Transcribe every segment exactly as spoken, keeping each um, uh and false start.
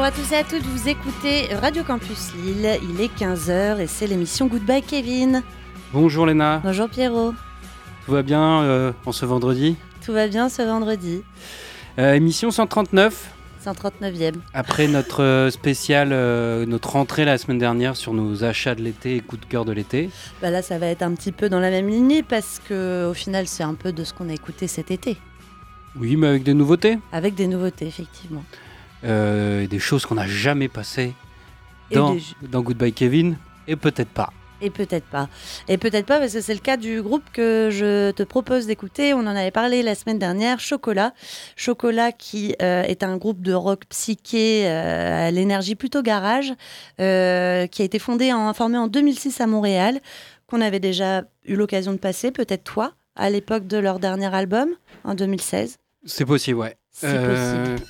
à tous et à toutes, vous écoutez Radio Campus Lille, il est quinze heures et c'est l'émission Goodbye Kevin. Bonjour Léna. Bonjour Pierrot. Tout va bien euh, en ce vendredi ? Tout va bien ce vendredi. Euh, émission cent trente-neuf. cent trente-neuvième. Après notre euh, spécial, euh, notre rentrée la semaine dernière sur nos achats de l'été et coups de cœur de l'été. Bah là ça va être un petit peu dans la même lignée parce qu'au final c'est un peu de ce qu'on a écouté cet été. Oui, mais avec des nouveautés. Avec des nouveautés effectivement. Euh, et des choses qu'on n'a jamais passées dans, des... dans Goodbye Kevin, et peut-être pas. Et peut-être pas. Et peut-être pas parce que c'est le cas du groupe que je te propose d'écouter. On en avait parlé la semaine dernière, Chocolat. Chocolat qui euh, est un groupe de rock psyché euh, à l'énergie plutôt garage, euh, qui a été fondé en, formé en deux mille six à Montréal, qu'on avait déjà eu l'occasion de passer, peut-être toi, à l'époque de leur dernier album, en deux mille seize. C'est possible, ouais. C'est Euh, possible.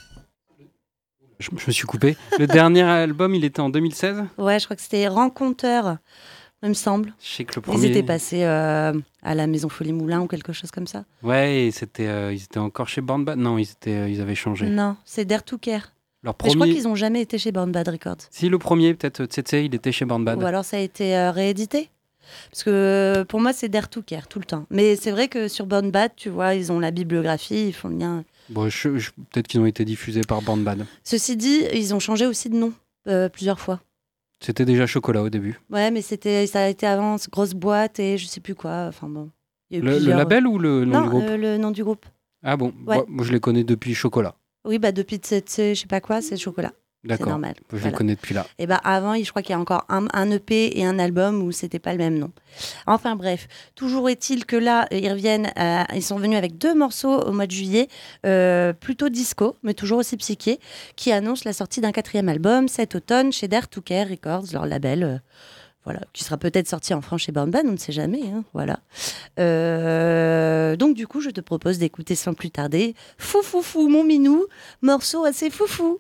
Je, je me suis coupé. Le dernier album, il était en deux mille seize ? Ouais, je crois que c'était Renconteur, il me semble. Je sais que le Ils premier... étaient passés euh, à la Maison Folie Moulin ou quelque chose comme ça. Ouais, et c'était, euh, ils étaient encore chez Born Bad. Non, ils, étaient, euh, ils avaient changé. Non, c'est Dare to Care. Leur Mais premier... je crois qu'ils n'ont jamais été chez Born Bad Records. Si, le premier, peut-être, Tsetse, il était chez Born Bad. Ou alors ça a été euh, réédité. Parce que euh, pour moi, c'est Dare to Care tout le temps. Mais c'est vrai que sur Born Bad, tu vois, ils ont la bibliographie, ils font le lien. Bon, je, je, peut-être qu'ils ont été diffusés par Born Bad. Ceci dit, ils ont changé aussi de nom euh, plusieurs fois. C'était déjà Chocolat au début. Ouais, mais c'était, ça a été avant, grosse boîte et je sais plus quoi. Enfin bon. Il y a eu Le, le plusieurs- label ou le nom Non, du groupe euh, le nom du groupe. Ah bon, ouais. Moi, moi, je les connais depuis Chocolat. Oui, bah depuis Tsetse, je sais pas quoi, c'est Chocolat. C'est D'accord, normal. je Voilà. les connais depuis là. Et bah avant, je crois qu'il y a encore un, un E P et un album où c'était pas le même nom. Enfin bref, toujours est-il que là, ils reviennent, euh, ils sont venus avec deux morceaux au mois de juillet, euh, plutôt disco, mais toujours aussi psyché, qui annoncent la sortie d'un quatrième album cet automne chez Dare to Care Records, leur label. Euh, Voilà, qui sera peut-être sorti en France chez Born Bad, on ne sait jamais. Hein, voilà. Euh, donc du coup, je te propose d'écouter sans plus tarder Fou Fou Fou, mon minou, morceau assez foufou.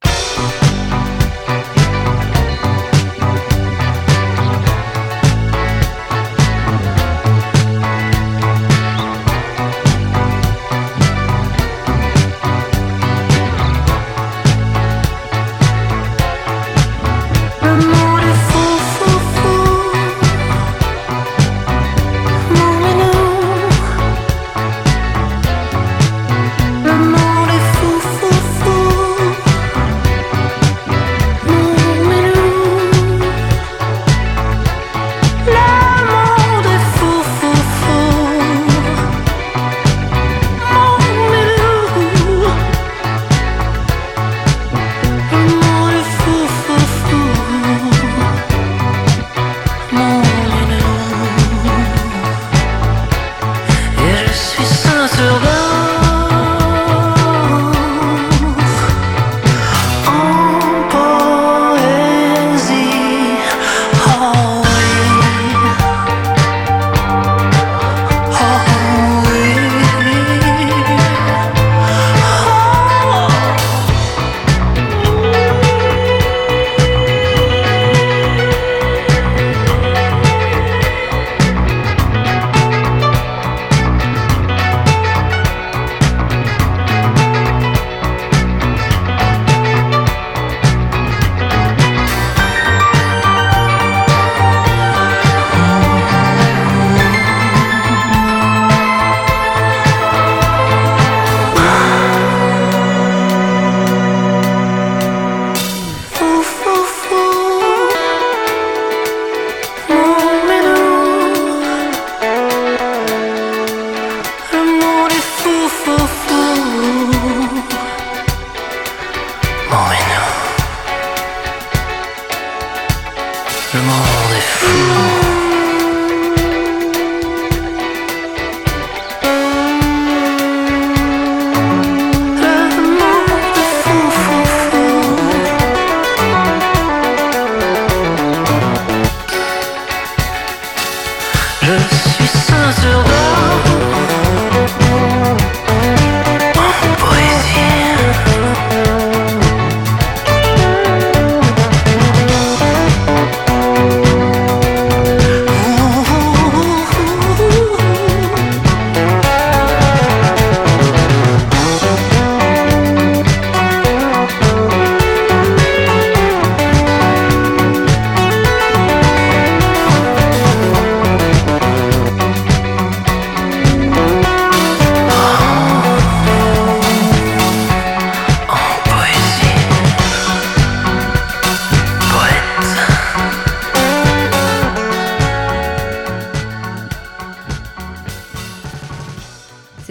Je suis sincère.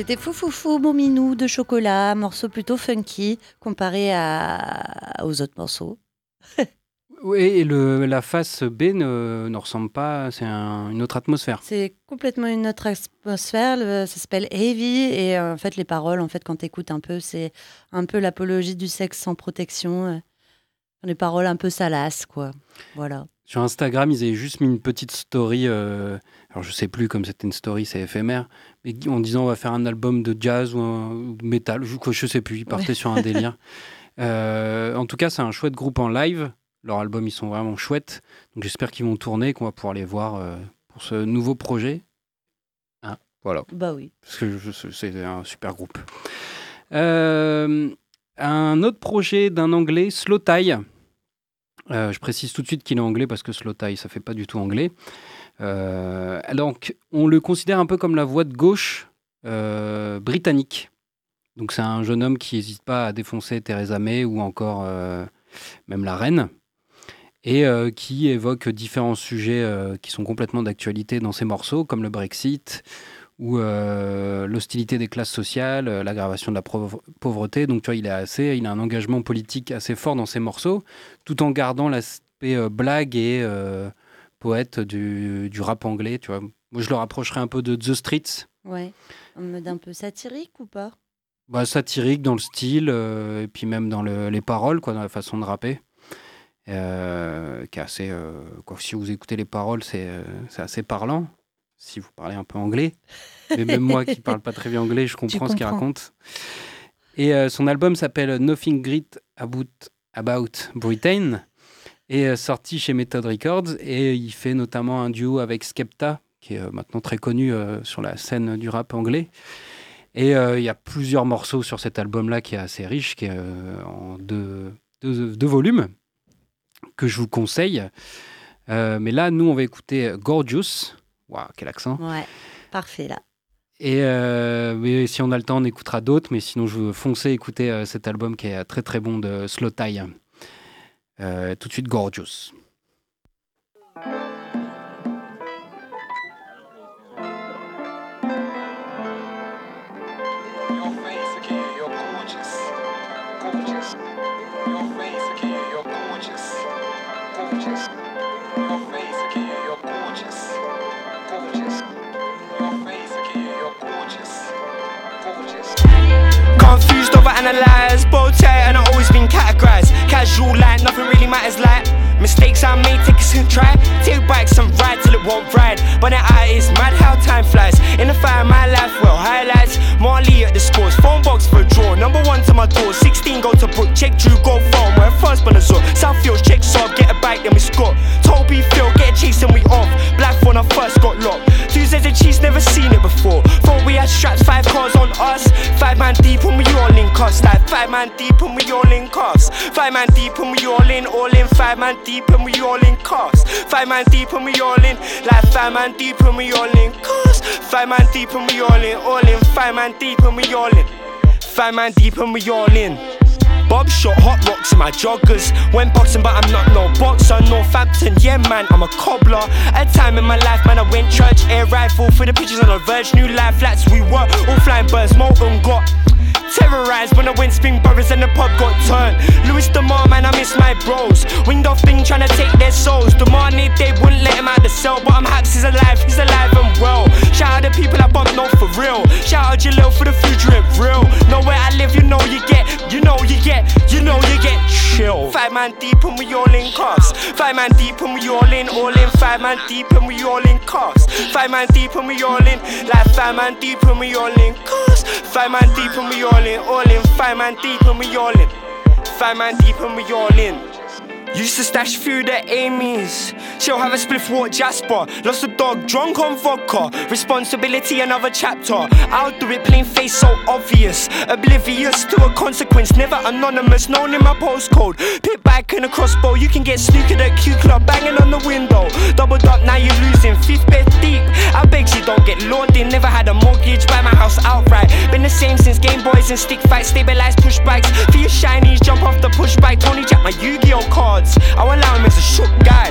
C'était Foufoufou, mon minou de chocolat, un morceau plutôt funky comparé à... aux autres morceaux. Oui, et le, la face B ne, ne ressemble pas, c'est un, une autre atmosphère. C'est complètement une autre atmosphère, le, ça s'appelle Heavy, et euh, en fait les paroles, en fait, quand tu écoutes un peu, c'est un peu l'apologie du sexe sans protection, euh, des paroles un peu salaces, quoi. Voilà. Sur Instagram, ils avaient juste mis une petite story, euh, alors je sais plus, comme c'était une story, c'est éphémère, mais en disant on va faire un album de jazz ou, un, ou de métal, je, quoi, je sais plus, ils partaient ouais. sur un délire. Euh, en tout cas, c'est un chouette groupe en live. Leurs albums, ils sont vraiment chouettes. Donc j'espère qu'ils vont tourner, qu'on va pouvoir les voir euh, pour ce nouveau projet. Hein, voilà. Bah oui. Parce que je, c'est un super groupe. Euh, un autre projet d'un Anglais, Slow Tie. Euh, je précise tout de suite qu'il est anglais parce que Slow Tie, ça fait pas du tout anglais. Euh, donc, on le considère un peu comme la voix de gauche euh, britannique. Donc c'est un jeune homme qui n'hésite pas à défoncer Theresa May ou encore euh, même la reine. Et euh, qui évoque différents sujets euh, qui sont complètement d'actualité dans ses morceaux, comme le Brexit ou euh, l'hostilité des classes sociales, euh, l'aggravation de la pauvre- pauvreté. Donc tu vois, il, est assez, il a un engagement politique assez fort dans ses morceaux, tout en gardant l'aspect euh, blague et euh, poète du, du rap anglais. Tu vois. Moi, je le rapprocherais un peu de The Streets. Ouais, en mode un peu satirique ou pas ? Bah, satirique dans le style, euh, et puis même dans le, les paroles, quoi, dans la façon de rapper. Euh, qui est assez, euh, quoi, si vous écoutez les paroles, c'est, euh, c'est assez parlant, si vous parlez un peu anglais. Mais même moi qui ne parle pas très bien anglais, je comprends, comprends. ce qu'il raconte. Et euh, son album s'appelle Nothing Great About, About Britain, et euh, sorti chez Method Records. Et il fait notamment un duo avec Skepta, qui est euh, maintenant très connu euh, sur la scène du rap anglais. Et il euh, y a plusieurs morceaux sur cet album-là qui est assez riche, qui est euh, en deux, deux, deux volumes, que je vous conseille. Euh, mais là, nous, on va écouter Gorgeous. Waouh, quel accent. Ouais, parfait, là. Et euh, mais si on a le temps, on écoutera d'autres. Mais sinon, je veux foncer écouter euh, cet album qui est très, très bon de Slow Tie. Euh, tout de suite, Gorgeous. Analyze, bow tie, and I've always been categorized. Casual, like nothing really matters. Like mistakes I made, take a and try. Take bikes and ride till it won't ride. But the eye is mad how time flies. In the fire, my life, well, highlights. Marley at the scores, phone box for a draw. Number one to my door, sixteen go to Brook. Check Drew, go phone. Where first been a zoo. Southfields, check Saab, get a bike, then we score. Toby Phil, get a chase and we off. Black when I first got locked. Tuesdays and cheese, never seen it before. Thought we had straps, five cars on us. Five man deep when we all in cuffs. Like five man deep and we all in cuffs. Five man deep and we all in, all in. Five man deep and we all in cuffs. Five man deep and we all in. Like five man deep and we all in cuffs. Five man deep and we all in, all in. Five man deep and we all in. Five man deep and we all in. Bob shot hot rocks in my joggers. Went boxing but I'm not no boxer. Northampton, yeah man, I'm a cobbler. A time in my life, man, I went church. Air rifle for the pictures on the verge. New life flats, we were all flying birds. Molten got terrorized when I went Spring Brothers and the pub got turned. Louis DeMar, man, I miss my bros. Winged off thing trying to take their souls. DeMar need they wouldn't let him out the cell. But I'm happy he's alive, he's alive and well. Shout out the people I bump, no for real. Shout out Jalil for the future, it real. Know where I live, you know you get, you know you get, you know you get chill. Five man deep and we all in cuffs. Five man deep and we all in, all in. Five man deep and we all in cuffs. Five man deep and we all in. Like five man deep and we all in cuffs. Five man deep and we all in, all in. Five man deep and we all in. Five man deep and we all in. Used to stash food at Amy's. She'll have a spliff, walk Jasper. Lost a dog, drunk on vodka. Responsibility, another chapter. I'll do it, plain face, so obvious. Oblivious to a consequence, never anonymous. Known in my postcode. Pit back in a crossbow. You can get snookered at Q Club, banging on the window. Doubled up, now you're losing. Fifth bed deep. I beg you don't get lured in. Never had a mortgage, buy my house outright. Been the same since Game Boys and stick fights. Stabilized push bikes. For your shinies, jump off the push bike. Tony Jack, my Yu-Gi-Oh cards. I'll allow him as a shook guy.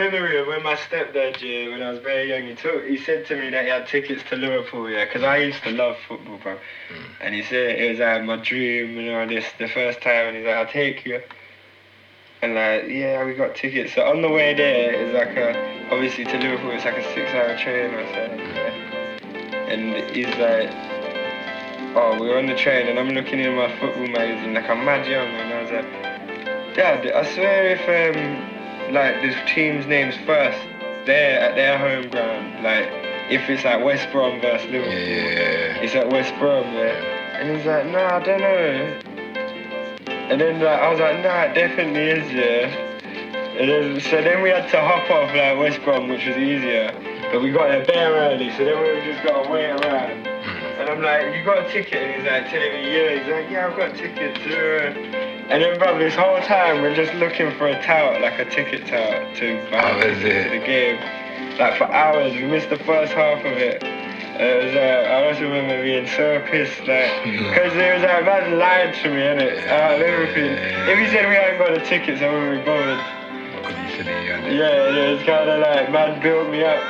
memory of when my stepdad, yeah, when I was very young, he took, he said to me that he had tickets to Liverpool, yeah, because I used to love football, bro. Mm. And he said it was like my dream, you know, this the first time, and he's like, I'll take you. And like, yeah, we got tickets. So on the way there, it's like a, obviously to Liverpool, it's like a six-hour train or something. Yeah. And he's like, oh, we were on the train, and I'm looking in my football magazine, like I'm mad young, and I was like, Dad, I swear if um, like the team's name's first, there at their home ground, like if it's like West Brom versus Liverpool, yeah. It's at West Brom, yeah. And he's like, nah, I don't know. And then like, I was like, nah, it definitely is, yeah. And then, so then we had to hop off like West Brom, which was easier. But we got there bare early, so then we just got to wait around. And I'm like, you got a ticket? And he's like, telling me, yeah. He's like, yeah, I've got a ticket too. And then, bro, this whole time we're just looking for a tout, like a ticket tout to, uh, to the game. Like for hours, we missed the first half of it. It was, uh, I also remember being so pissed, like, because it was like, man lied to me, innit? Uh, everything. If he said we hadn't got the tickets, I wouldn't be bothered. Yeah, yeah, it's kind of like, man built me up.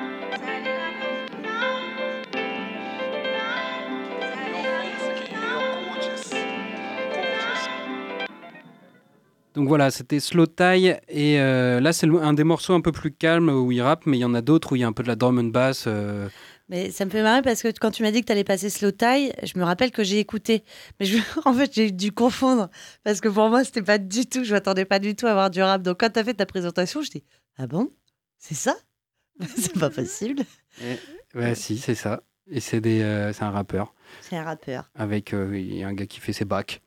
Donc voilà, c'était Slow Tie, et euh, là c'est un des morceaux un peu plus calme où il rappe, mais il y en a d'autres où il y a un peu de la drum and bass. Euh... Mais ça me fait marrer parce que quand tu m'as dit que tu allais passer Slow Tie, je me rappelle que j'ai écouté. Mais je... en fait, j'ai dû confondre parce que pour moi, c'était pas du tout, je m'attendais pas du tout à avoir du rap. Donc quand tu as fait ta présentation, je dis ah bon, c'est ça? C'est pas possible. Et, ouais, si, c'est ça. Et c'est, des, euh, c'est un rappeur. C'est un rappeur. Avec euh, il y a un gars qui fait ses bacs.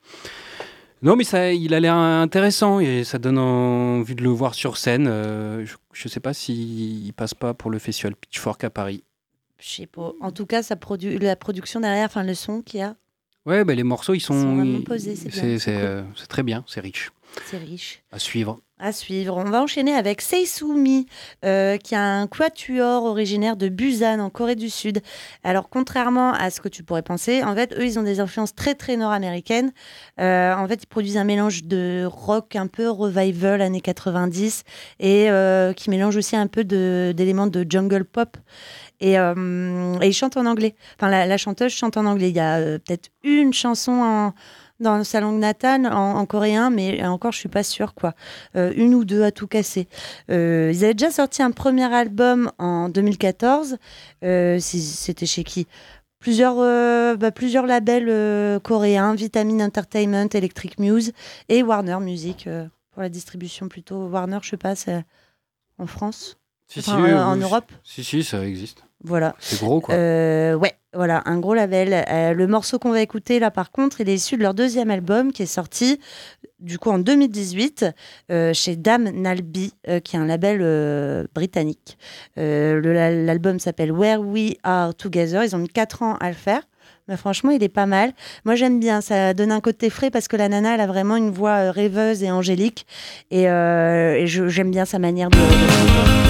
Non, mais ça, il a l'air intéressant et ça donne envie de le voir sur scène. Euh, je ne sais pas s'il passe pas pour le festival Pitchfork à Paris. Je sais pas. En tout cas, ça produ- la production derrière, enfin le son qu'il y a. Ouais, bah, les morceaux, ils sont, ils sont vraiment ils, posés, c'est, c'est, bien, c'est, c'est, cool. euh, c'est très bien, c'est riche. C'est riche. À suivre. À suivre. On va enchaîner avec Seisumi, euh, qui est un quatuor originaire de Busan, en Corée du Sud. Alors, contrairement à ce que tu pourrais penser, en fait, eux, ils ont des influences très, très nord-américaines. Euh, en fait, ils produisent un mélange de rock un peu revival, années quatre-vingt-dix, et euh, qui mélange aussi un peu de, d'éléments de jungle pop. Et, euh, et ils chantent en anglais. Enfin, la, la chanteuse chante en anglais. Il y a euh, peut-être une chanson en... dans sa langue natale, en, en coréen, mais encore, je suis pas sûre, quoi. Euh, une ou deux à tout casser. Euh, ils avaient déjà sorti un premier album en deux mille quatorze. Euh, c'était chez qui ? Plusieurs, euh, bah, plusieurs labels euh, coréens, Vitamin Entertainment, Electric Muse et Warner Music, euh, pour la distribution plutôt. Warner, je sais pas, c'est en France ? Si, enfin, si, euh, euh, en oui, Europe ? Si, si, ça existe. Voilà. C'est gros, quoi. Euh, ouais, voilà, un gros label. Euh, le morceau qu'on va écouter, là, par contre, il est issu de leur deuxième album qui est sorti, du coup, en deux mille dix-huit, euh, chez Dame Nalby, euh, qui est un label euh, britannique. Euh, le, l'album s'appelle Where We Are Together. Ils ont mis quatre ans à le faire. Mais franchement, il est pas mal. Moi, j'aime bien. Ça donne un côté frais parce que la nana, elle a vraiment une voix euh, rêveuse et angélique. Et, euh, et je, j'aime bien sa manière de... de...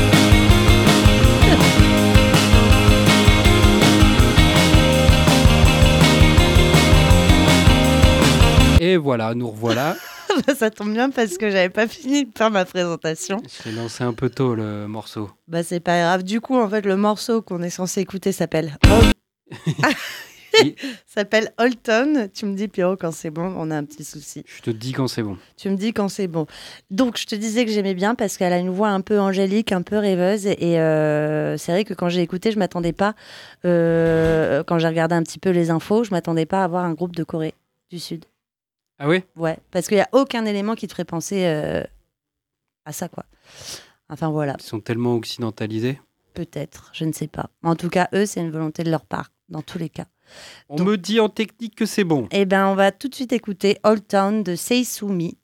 Et voilà, nous revoilà. Ça tombe bien parce que j'avais pas fini de faire ma présentation. J'ai lancé un peu tôt le morceau. Bah c'est pas grave. Du coup, en fait, le morceau qu'on est censé écouter s'appelle Old... s'appelle Old Town. Tu me dis, Pierrot, quand c'est bon, on a un petit souci. Je te dis quand c'est bon. Tu me dis quand c'est bon. Donc, je te disais que j'aimais bien parce qu'elle a une voix un peu angélique, un peu rêveuse. Et euh, c'est vrai que quand j'ai écouté, je m'attendais pas, euh, quand j'ai regardé un petit peu les infos, je m'attendais pas à voir un groupe de Corée du Sud. Ah oui ? Ouais, parce qu'il n'y a aucun élément qui te ferait penser euh, à ça, quoi. Enfin, voilà. Ils sont tellement occidentalisés ? Peut-être, je ne sais pas. En tout cas, eux, c'est une volonté de leur part, dans tous les cas. On Donc, me dit en technique que c'est bon. Eh bien, on va tout de suite écouter Old Town de Seisumi.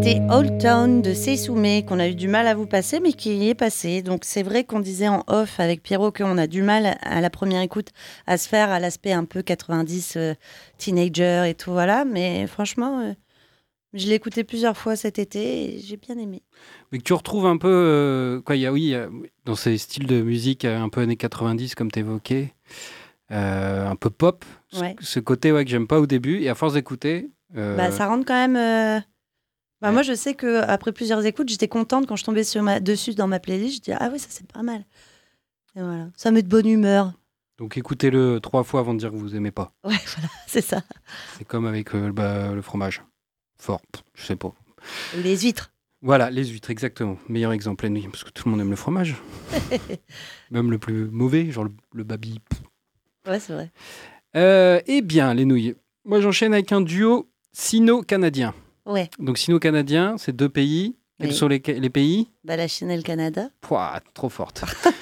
C'était Old Town de Seisume qu'on a eu du mal à vous passer, mais qui est passé. Donc c'est vrai qu'on disait en off avec Pierrot qu'on a du mal à la première écoute à se faire à l'aspect un peu quatre-vingt-dix euh, teenager et tout, voilà. Mais franchement, euh, je l'ai écouté plusieurs fois cet été et j'ai bien aimé. Mais que tu retrouves un peu, euh, quoi, il y a, oui, il y a, dans ces styles de musique euh, un peu années quatre-vingt-dix comme tu évoquais, euh, un peu pop, Ouais. ce, ce côté ouais, que j'aime pas au début, et à force d'écouter... Euh... Bah, ça rentre quand même... Euh... Bah, ouais. Moi, je sais qu'après plusieurs écoutes, j'étais contente quand je tombais sur ma... dessus dans ma playlist. Je disais, ah oui, ça c'est pas mal. Et voilà. Ça met de bonne humeur. Donc écoutez-le trois fois avant de dire que vous aimez pas. Ouais, voilà, c'est ça. C'est comme avec euh, bah, le fromage. Fort, je sais pas. Les huîtres. Voilà, les huîtres, exactement. Meilleur exemple la nuit, parce que tout le monde aime le fromage. Même le plus mauvais, genre le, le babi. Ouais, c'est vrai. Euh, eh bien, les nouilles. Moi, j'enchaîne avec un duo sino-canadien. Ouais. Donc, sino-canadien, c'est deux pays. Quels oui. sont les, les pays ? Bah, la Chine et le Canada. Pouah, trop forte.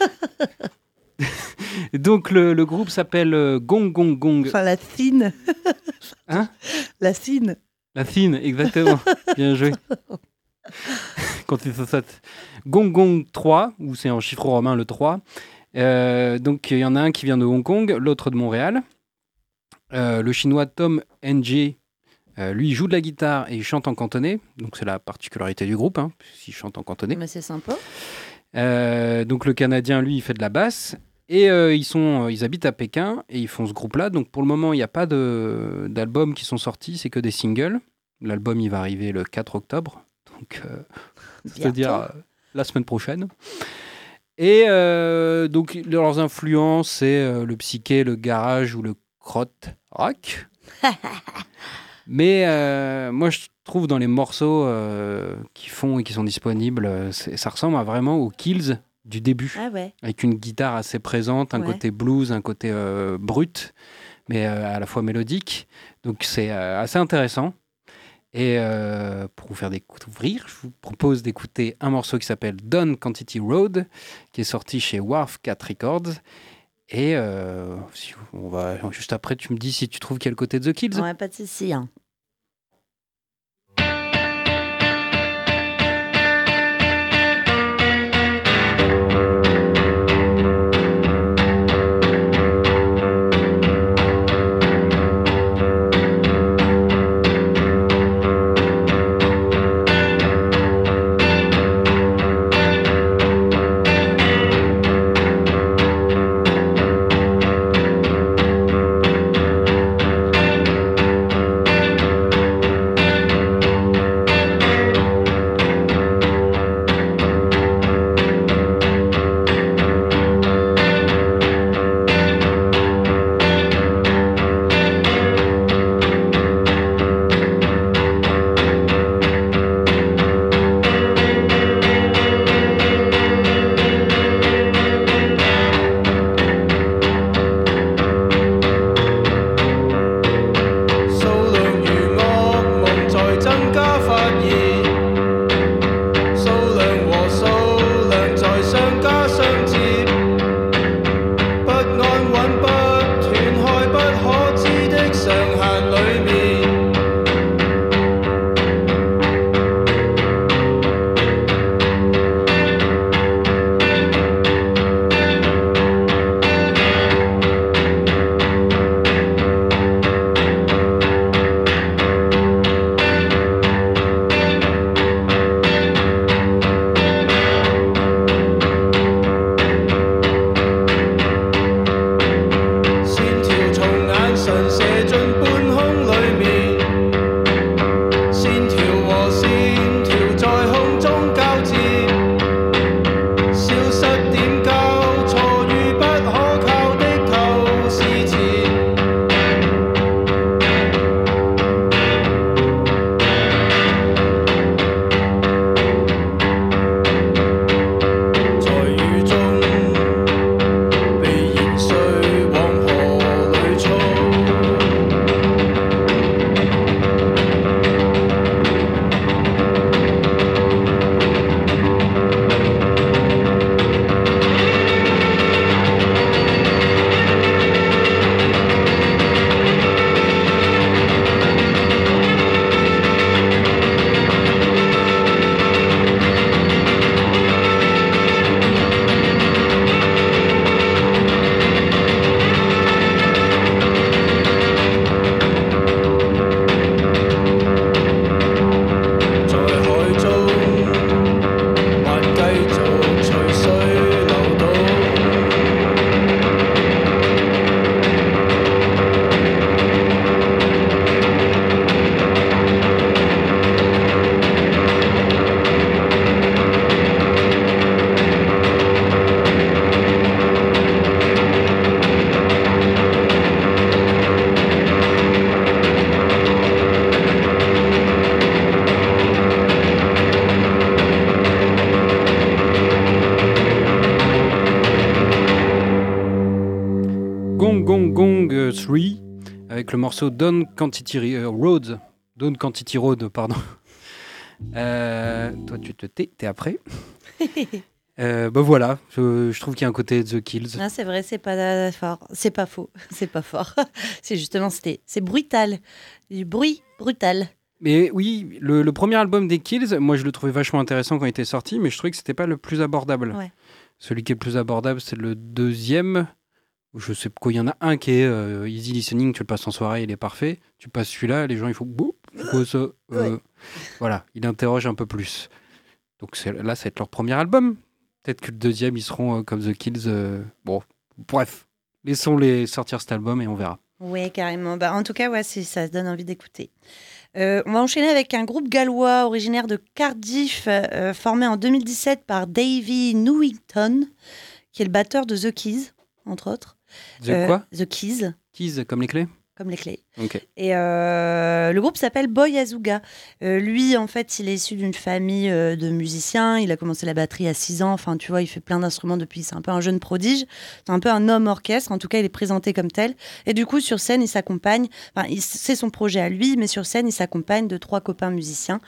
Donc, le, le groupe s'appelle euh, Gong Gong Gong. Enfin, la Thine. Hein ? La Thine. La Thine, exactement. Bien joué. Quand il se saute. Gong Gong trois, ou c'est en chiffre romain le trois. Euh, donc, il y en a un qui vient de Hong Kong, l'autre de Montréal. Euh, le chinois Tom N J, euh, lui, il joue de la guitare et il chante en cantonais. Donc, c'est la particularité du groupe, hein, s'il chante en cantonais. Mais c'est sympa. Euh, donc, le Canadien, lui, il fait de la basse. Et euh, ils, sont, ils habitent à Pékin et ils font ce groupe-là. Donc, pour le moment, il n'y a pas de, d'albums qui sont sortis, c'est que des singles. L'album, il va arriver le quatre octobre. Donc, euh, c'est-à-dire euh, la semaine prochaine. Et euh, donc, leurs influences, c'est euh, le psyché, le garage ou le crotte rock. Mais euh, moi, je trouve dans les morceaux euh, qu'ils font et qui sont disponibles, ça ressemble à vraiment aux Kills du début. Ah ouais. Avec une guitare assez présente, un ouais. côté blues, un côté euh, brut, mais euh, à la fois mélodique. Donc, c'est euh, assez intéressant. Et euh, pour vous faire découvrir, je vous propose d'écouter un morceau qui s'appelle Don Quantity Road, qui est sorti chez Wharf quatre Records. Et euh, si on va, juste après, tu me dis si tu trouves quel côté de The Kills. Ouais, pas de souci. Hein. avec le morceau Don't Quantity euh, Road. Don't Quantity Road, pardon. Euh, toi, tu te tais, t'es après. euh, bah voilà, je, je trouve qu'il y a un côté The Kills. Ah, c'est vrai, c'est pas fort. C'est pas faux. C'est pas fort. C'est justement, c'était, c'est brutal. Du bruit brutal. Mais oui, le, le premier album des Kills, moi je le trouvais vachement intéressant quand il était sorti, mais je trouvais que c'était pas le plus abordable. Ouais. Celui qui est le plus abordable, c'est le deuxième. Je sais quoi, il y en a un qui est euh, easy listening, tu le passes en soirée, il est parfait. Tu passes celui-là, les gens ils font bouh, c'est quoi ça euh, Ouais. Voilà, il interroge un peu plus. Donc c'est, là, ça va être leur premier album. Peut-être que le deuxième, ils seront euh, comme The Kills. Euh, bon, bref, laissons-les sortir cet album et on verra. Oui, carrément. Bah, en tout cas, ouais, c'est, ça se donne envie d'écouter. Euh, on va enchaîner avec un groupe gallois originaire de Cardiff, euh, formé en deux mille dix-sept par Davy Newington, qui est le batteur de The Keys, entre autres. The Euh, quoi The Keys, Keys, comme les clés comme les clés. Ok. Et euh, le groupe s'appelle Boy Azuga. Euh, lui, en fait, il est issu d'une famille euh, de musiciens. Il a commencé la batterie à six ans. Enfin, tu vois, il fait plein d'instruments depuis. C'est un peu un jeune prodige. C'est un peu un homme orchestre. En tout cas, il est présenté comme tel. Et du coup, sur scène, il s'accompagne. Enfin, il- c'est son projet à lui, mais sur scène, il s'accompagne de trois copains musiciens.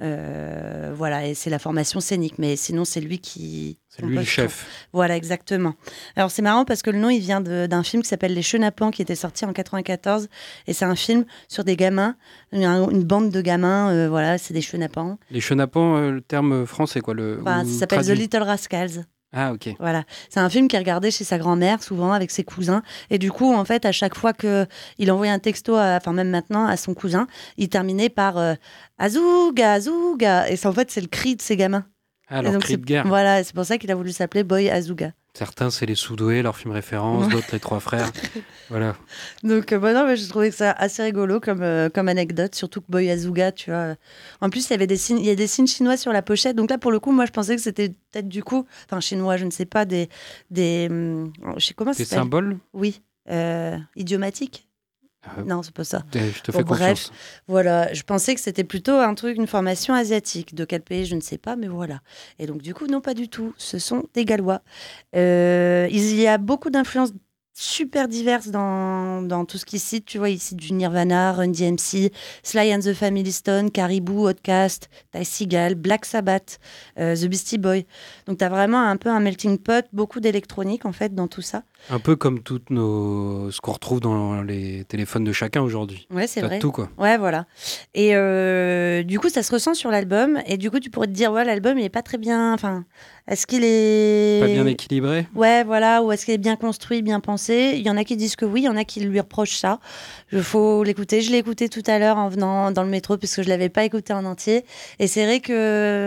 Euh, voilà, et c'est la formation scénique. Mais sinon, c'est lui qui. C'est lui le compose chef. voilà, exactement. Alors, c'est marrant parce que le nom, il vient de- d'un film qui s'appelle Les Chenapans, qui était sorti en quatre-vingt-quatorze. Et c'est un film sur des gamins, une, une bande de gamins, euh, voilà, c'est des Chenapans. Les chenapans, euh, le terme français, quoi. Le, Enfin, ou ça s'appelle The traduit. Little Rascals. Ah, ok. Voilà. C'est un film qu'il regardait chez sa grand-mère, souvent, avec ses cousins. Et du coup, en fait, à chaque fois qu'il envoyait un texto, à- enfin, même maintenant, à son cousin, il terminait par euh, Azuga, Azuga. Et c'est, en fait, c'est le cri de ces gamins. Ah, Et leur donc, cri c'est- de guerre. Voilà, c'est pour ça qu'il a voulu s'appeler Boy Azuga. Certains, c'est les Soudoués, leur film référence, d'autres, les Trois Frères. Voilà. Donc, euh, bah non, mais je trouvais que ça assez rigolo comme, euh, comme anecdote, surtout que Boy Azuga, tu vois. En plus, il y avait des signes, il y a des signes chinois sur la pochette. Donc là, pour le coup, moi, je pensais que c'était peut-être du coup, enfin, chinois, je ne sais pas, des. des hum, je sais comment ça Des s'appelle. symboles Oui. Euh, idiomatiques. Euh, Non, c'est pas ça. Je te Bon, fais bref. confiance. Voilà, je pensais que c'était plutôt un truc, une formation asiatique. De quel pays, je ne sais pas, mais voilà. Et donc, du coup, non, pas du tout. Ce sont des Gallois. Euh, il y a beaucoup d'influences super diverses dans, dans tout ce qu'ils citent. Tu vois, ils citent du Nirvana, Run D M C, Sly and the Family Stone, Caribou, Outkast, Ty Segall, Black Sabbath, euh, The Beastie Boys. Donc, tu as vraiment un peu un melting pot, beaucoup d'électronique, en fait, dans tout ça. Un peu comme toutes nos... ce qu'on retrouve dans les téléphones de chacun aujourd'hui. Ouais, c'est T'as vrai. tout, quoi. Ouais, voilà. Et euh, du coup, ça se ressent sur l'album. Et du coup, tu pourrais te dire, ouais, l'album, il est pas très bien. Enfin, est-ce qu'il est. Pas bien équilibré. Ouais, voilà. Ou est-ce qu'il est bien construit, bien pensé? Il y en a qui disent que oui, il y en a qui lui reprochent ça. Il faut l'écouter. Je l'ai écouté tout à l'heure en venant dans le métro, puisque je l'avais pas écouté en entier. Et c'est vrai que.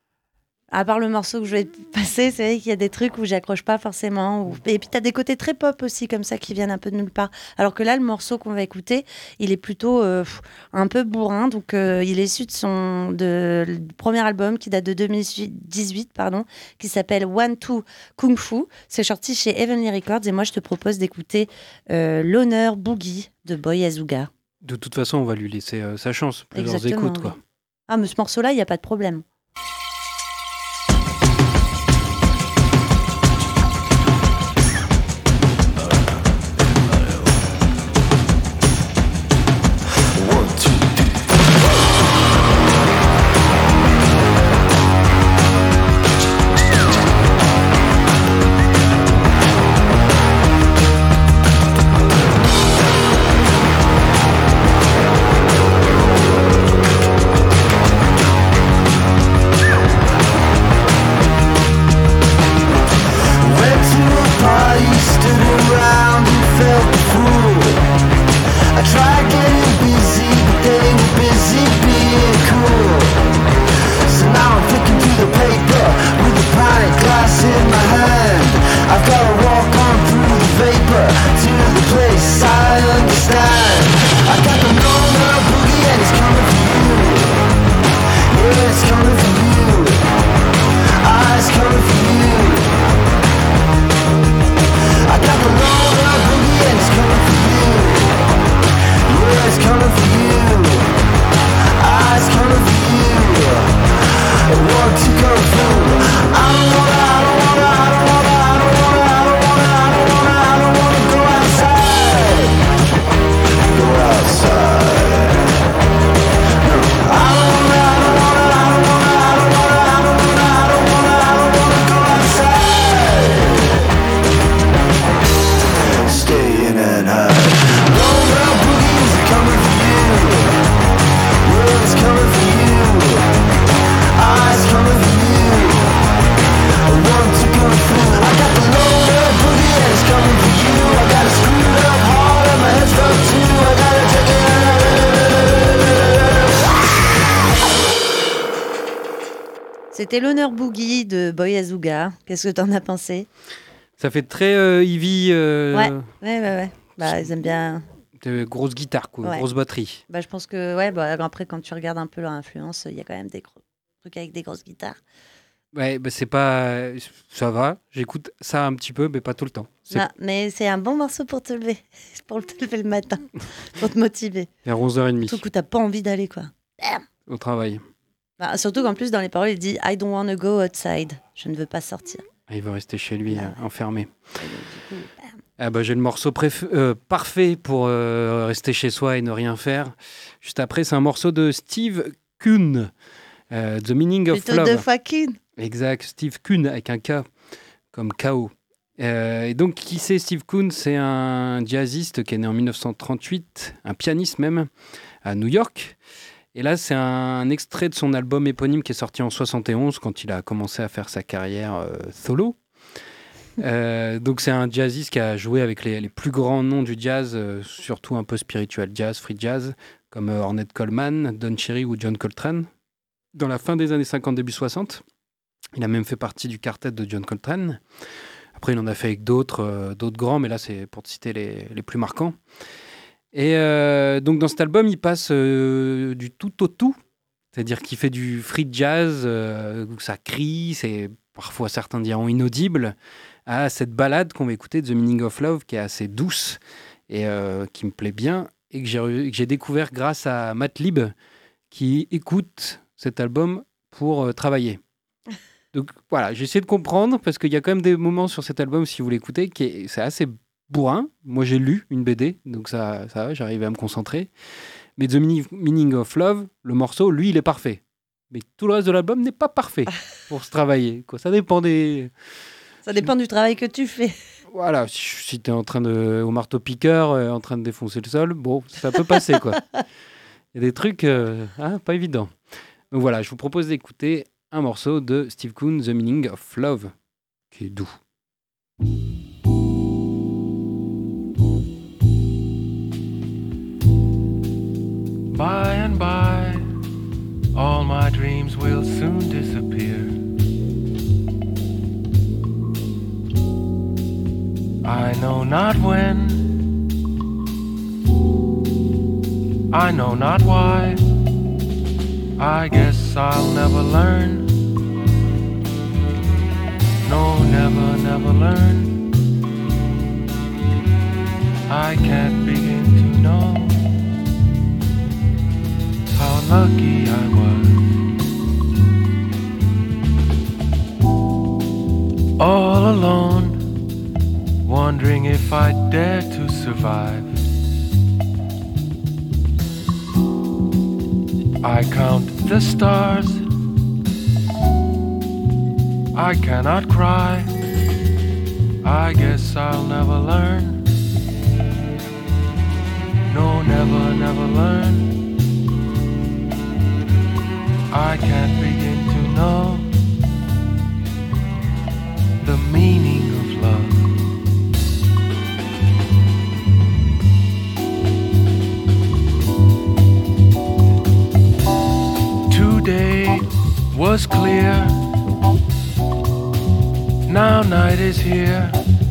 À part le morceau que je vais passer, c'est vrai qu'il y a des trucs où j'accroche pas forcément. Ou... Et puis, tu as des côtés très pop aussi, comme ça, qui viennent un peu de nulle part. Alors que là, le morceau qu'on va écouter, il est plutôt euh, pff, un peu bourrin. Donc, euh, il est issu de son de, le premier album qui date de deux mille dix-huit, pardon, qui s'appelle One Two Kung Fu. C'est sorti chez Heavenly Records. Et moi, je te propose d'écouter euh, l'honneur Boogie de Boy Azuga. De toute façon, on va lui laisser euh, sa chance. Plusieurs Exactement, écoutes, quoi. oui. Ah, mais ce morceau-là, il n'y a pas de problème. One, C'était l'honneur Boogie de Boy Azouga. Qu'est-ce que t'en as pensé? Ça fait très euh, Ivy. Euh, ouais, ouais, ouais, ouais. Bah, ils aiment bien. De grosses guitares, quoi, ouais. grosse batterie. Bah, je pense que, ouais, bah, après, quand tu regardes un peu leur influence, il y a quand même des gros trucs avec des grosses guitares. Ouais, bah, c'est pas. Ça va, j'écoute ça un petit peu, mais pas tout le temps. C'est Non, mais c'est un bon morceau pour te lever, pour te lever le matin, pour te motiver. vers onze heures trente. Surtout que t'as pas envie d'aller, quoi. Au travail. Bah, surtout qu'en plus, dans les paroles, il dit I don't want to go outside. Je ne veux pas sortir. Il veut rester chez lui, Ah ouais. euh, enfermé. Et donc, du coup, bam. Ah bah, j'ai le morceau préf- euh, parfait pour euh, rester chez soi et ne rien faire. Juste après, c'est un morceau de Steve Kuhn, euh, The Meaning of Plutôt Love. de fucking. Exact, Steve Kuhn avec un K, comme K O. Euh, et donc, qui c'est Steve Kuhn? C'est un jazziste qui est né en dix-neuf cent trente-huit, un pianiste même, à New York. Et là, c'est un extrait de son album éponyme qui est sorti en soixante et onze, quand il a commencé à faire sa carrière euh, solo. Euh, donc c'est un jazziste qui a joué avec les, les plus grands noms du jazz, euh, surtout un peu spiritual jazz, free jazz, comme euh, Ornette Coleman, Don Cherry ou John Coltrane. Dans la fin des années cinquante, début soixante, il a même fait partie du quartet de John Coltrane. Après, il en a fait avec d'autres, euh, d'autres grands, mais là, c'est pour te citer les, les plus marquants. Et euh, donc, dans cet album, il passe euh, du tout au tout. C'est-à-dire qu'il fait du free jazz, euh, où ça crie, c'est parfois certains diront inaudible, à cette ballade qu'on va écouter, The Meaning of Love, qui est assez douce et euh, qui me plaît bien, et que j'ai, que j'ai découvert grâce à Matt Lieb, qui écoute cet album pour euh, travailler. Donc voilà, j'ai essayé de comprendre, parce qu'il y a quand même des moments sur cet album, si vous l'écoutez, qui est, c'est assez bourrin. Moi, j'ai lu une B D, donc ça, ça va, j'arrivais à me concentrer. Mais The Meaning of Love, le morceau, lui, il est parfait. Mais tout le reste de l'album n'est pas parfait pour se travailler, quoi. Ça dépend des... Ça dépend du travail que tu fais. Voilà, si, si tu es en train de, au marteau-piqueur, euh, en train de défoncer le sol, bon, ça peut passer, quoi. Il y a des trucs euh, hein, pas évidents. Donc voilà, je vous propose d'écouter un morceau de Steve Kuhn, The Meaning of Love, qui est doux. By and by, all my dreams will soon disappear. I know not when, I know not why, I guess I'll never learn. No, never, never learn. I can't begin to know how lucky I was. All alone, wondering if I'd dare to survive. I count the stars, I cannot cry, I guess I'll never learn. No, never, never learn. I can't begin to know the meaning of love. Today was clear, now night is here.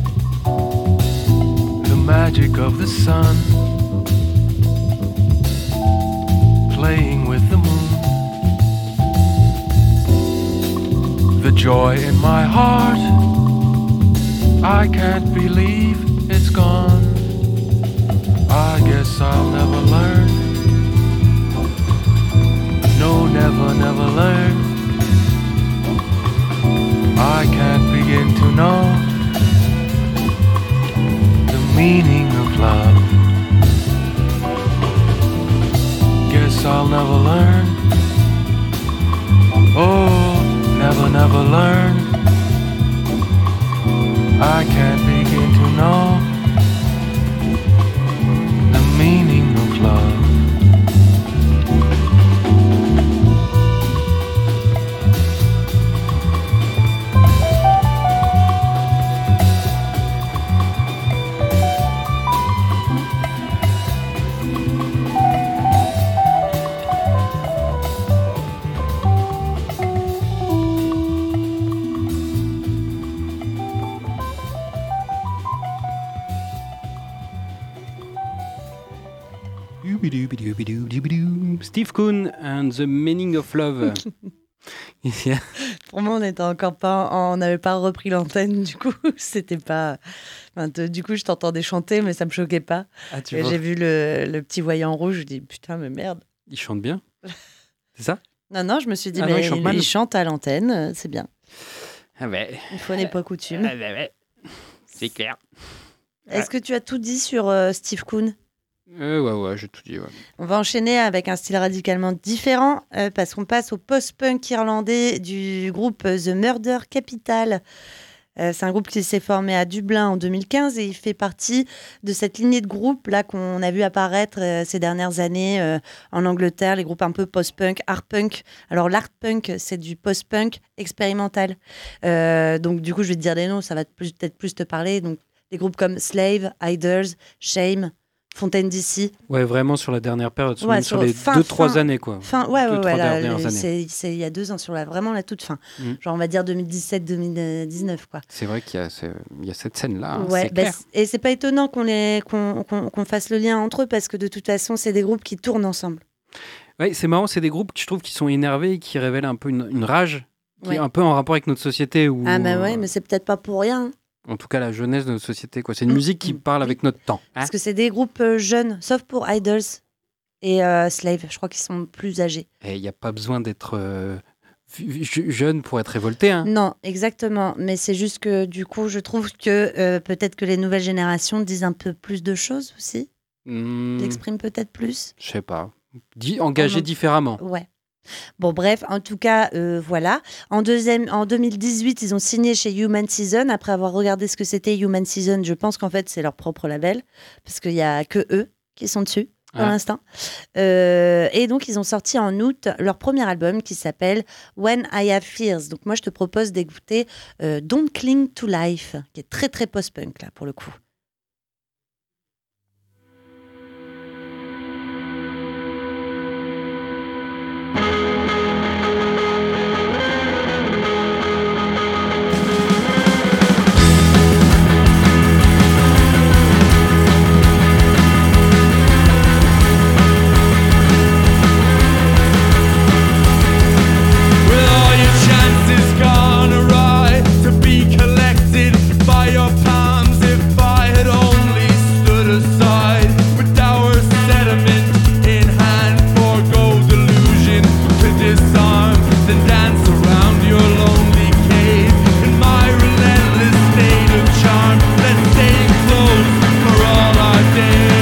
The magic of the sun playing with the moon. The joy in my heart, I can't believe it's gone. I guess I'll never learn. No, never, never learn. I can't begin to know the meaning of love. Guess I'll never learn. Oh, never, never learn. I can't begin to know the meaning of love. Steve Kuhn and the Meaning of Love. Yeah. Pour moi, on n'était encore pas, on n'avait pas repris l'antenne, du coup, c'était pas. Enfin, te- du coup, je t'entendais chanter, mais ça me choquait pas. Ah, tu Et vois, j'ai vu le, le petit voyant rouge, je dis putain, mais merde. il chante bien. C'est ça? Non, non, je me suis dit, Ah non, mais il chante il, mal. il chante à l'antenne, euh, c'est bien. Ah ouais. Une fois n'est pas coutume. Ah ouais, ouais. C'est clair. Est-ce que tu as tout dit sur euh, Steve Kuhn? Euh, ouais, ouais, j'ai tout dit. Ouais. On va enchaîner avec un style radicalement différent euh, parce qu'on passe au post-punk irlandais du groupe The Murder Capital. Euh, c'est un groupe qui s'est formé à Dublin en deux mille quinze et il fait partie de cette lignée de groupes là qu'on a vu apparaître euh, ces dernières années euh, en Angleterre, les groupes un peu post-punk, art-punk. Alors l'art punk, c'est du post-punk expérimental. Euh, donc du coup, je vais te dire des noms, ça va te plus- peut-être plus te parler. Donc des groupes comme Slave, Hiders, Shame, Fontaine D C. Ouais, vraiment sur la dernière période, sur, Ouais, sur sur les fin- deux, trois fin- années, quoi. Fin, ouais, Deux, ouais, trois ouais, là, dernières le- années. c'est c'est il y a deux ans, sur la, vraiment la toute fin. Mm. Genre, on va dire deux mille dix-sept deux mille dix-neuf, quoi. C'est vrai qu'il y a, ce- il y a cette scène-là, hein, Ouais, c'est bah, clair. c- et c'est pas étonnant qu'on les- qu'on qu'on- qu'on fasse le lien entre eux parce que de toute façon, c'est des groupes qui tournent ensemble. Ouais, c'est marrant, c'est des groupes que je trouve qui sont énervés et qui révèlent un peu une, une rage qui Ouais. est un peu en rapport avec notre société. Où, Ah, bah ouais, euh, mais c'est peut-être pas pour rien. En tout cas, la jeunesse de notre société. Quoi. C'est une Mm. musique qui Mm. parle avec notre temps. hein. Parce que c'est des groupes euh, jeunes, sauf pour Idols et euh, Slave. Je crois qu'ils sont plus âgés. Et il n'y a pas besoin d'être euh, v- je- jeune pour être révolté. Hein. Non, exactement. Mais c'est juste que du coup, je trouve que euh, peut-être que les nouvelles générations disent un peu plus de choses aussi. Hmm, S'expriment peut-être plus. je sais pas. Dit, engagé Oh non. différemment. Ouais. Bon, bref, en tout cas, euh, voilà. En, deuxième, en deux mille dix-huit, ils ont signé chez Human Season. Après avoir regardé ce que c'était Human Season, je pense qu'en fait, c'est leur propre label, parce qu'il n'y a que eux qui sont dessus pour Ah. l'instant. Euh, et donc, ils ont sorti en août leur premier album qui s'appelle When I Have Fears. Donc, moi, je te propose d'écouter euh, Don't Cling to Life, qui est très, très post-punk, là, pour le coup. With all your chances gone awry, to be collected by your palms. If I had only stood aside, with our sediment in hand, forgo delusion to disarm, then dance around your lonely cave in my relentless state of charm. Let's stay close for all our days.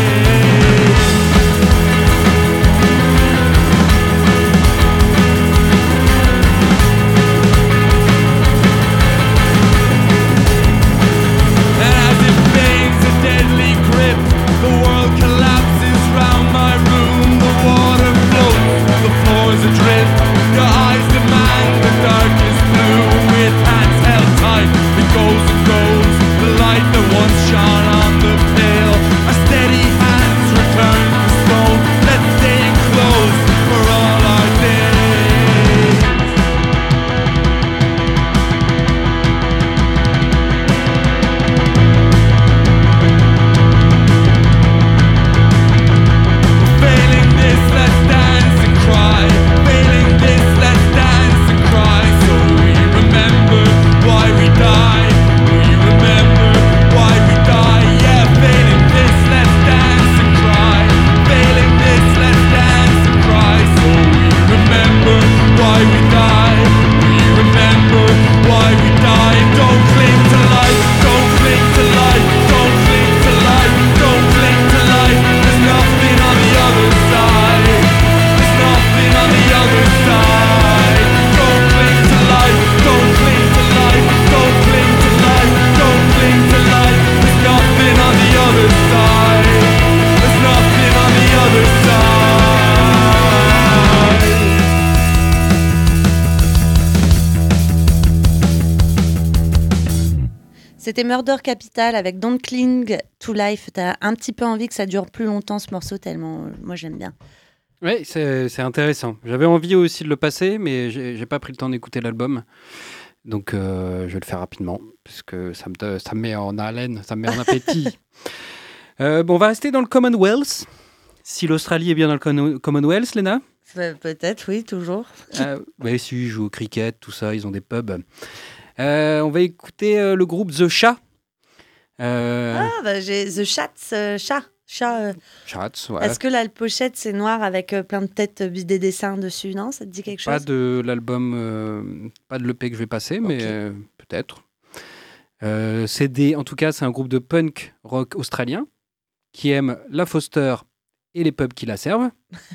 And as it feigns a deadly grip, the world collapses round my room. The water floats, the floor's adrift. Your eyes demand the darkest blue. With hands held tight, it goes and goes. The light that once shone on the pale, our steady hands return to stone. Let's stay close for all our days. Failing this, let's dance and cry. Failing this, let's dance and cry. So we remember why we die. We remember why we die. Yeah, failing this, let's dance and cry. Failing this, let's dance and cry. So we remember why we die. We remember why we die. Don't cling to life. Don't cling to life. Don't cling to life. Don't cling to life. There's nothing on the other side. There's nothing on the other side. Don't cling to life. Don't cling to life. Don't cling to life. Don't cling to life. There's nothing on the other side. There's nothing on the other side. C'était Murder Capital avec Don't Cling to Life. T'as un petit peu envie que ça dure plus longtemps ce morceau, tellement euh, moi j'aime bien. Oui, c'est c'est intéressant. J'avais envie aussi de le passer, mais j'ai j'ai pas pris le temps d'écouter l'album. Donc, euh, je vais le faire rapidement, parce que ça me, do- ça me met en haleine, ça me met en appétit. Euh, bon, on va rester dans le Commonwealth. Si l'Australie est bien dans le Con- Commonwealth, Léna? Pe- Peut-être, oui, toujours. Euh, ouais, si, ils jouent au cricket, tout ça, ils ont des pubs. Euh, on va écouter euh, le groupe The Chat. Euh, Ah, bah, j'ai The Chat, euh, chat. chat euh. Chats, ouais. Est-ce que la pochette, c'est noir avec euh, plein de têtes, euh, des dessins dessus? Non, ça te dit quelque Pas chose? de l'album, euh, pas de l'E P que je vais passer, mais Ok. euh, peut-être. Euh, c'est des, en tout cas, c'est un groupe de punk rock australien qui aime la Foster et les pubs qui la servent.